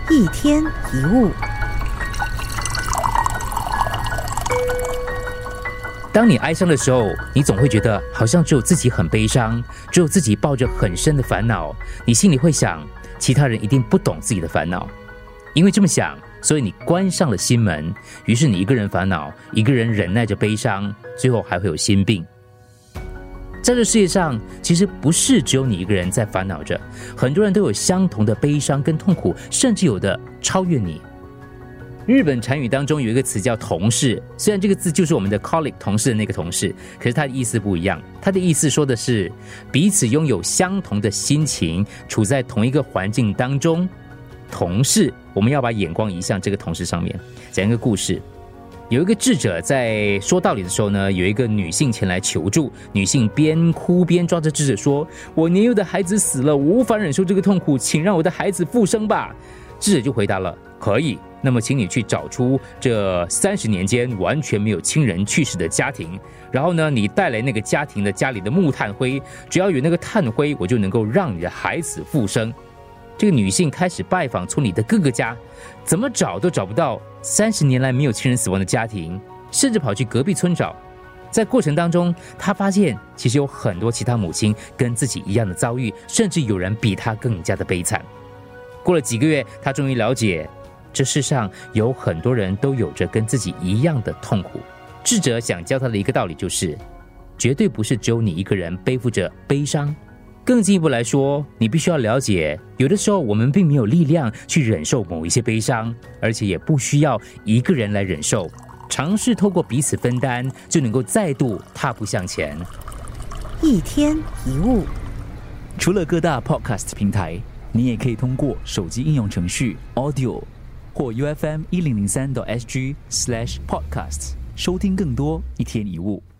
一天一物。 当你哀伤的时候，你总会觉得好像只有自己很悲伤，只有自己抱着很深的烦恼。你心里会想，其他人一定不懂自己的烦恼。因为这么想，所以你关上了心门，于是你一个人烦恼，一个人忍耐着悲伤，最后还会有心病。在这世界上，其实不是只有你一个人在烦恼着，很多人都有相同的悲伤跟痛苦，甚至有的超越你。日本禅语当中有一个词叫同事，虽然这个字就是我们的 colleague 同事的那个同事，可是它的意思不一样。它的意思说的是彼此拥有相同的心情，处在同一个环境当中。同事，我们要把眼光移向这个同事上面。讲一个故事，有一个智者在说道理的时候呢，有一个女性前来求助，女性边哭边抓着智者说：“我年幼的孩子死了，我无法忍受这个痛苦，请让我的孩子复生吧。”智者就回答了：“可以。那么请你去找出这30年间完全没有亲人去世的家庭，然后呢，你带来那个家庭的家里的木炭灰，只要有那个炭灰，我就能够让你的孩子复生。”这个女性开始拜访村里的各个家，怎么找都找不到30年来没有亲人死亡的家庭，甚至跑去隔壁村找。在过程当中，她发现其实有很多其他母亲跟自己一样的遭遇，甚至有人比她更加的悲惨。过了几个月，她终于了解，这世上有很多人都有着跟自己一样的痛苦。智者想教她的一个道理就是，绝对不是只有你一个人背负着悲伤。更进一步来说，你必须要了解，有的时候我们并没有力量去忍受某一些悲伤，而且也不需要一个人来忍受，尝试透过彼此分担，就能够再度踏步向前。 一天一物。 除了各大 podcast 平台，你也可以通过手机应用程序 Audio 或 UFM1003.SG/podcast 收听更多一天一物。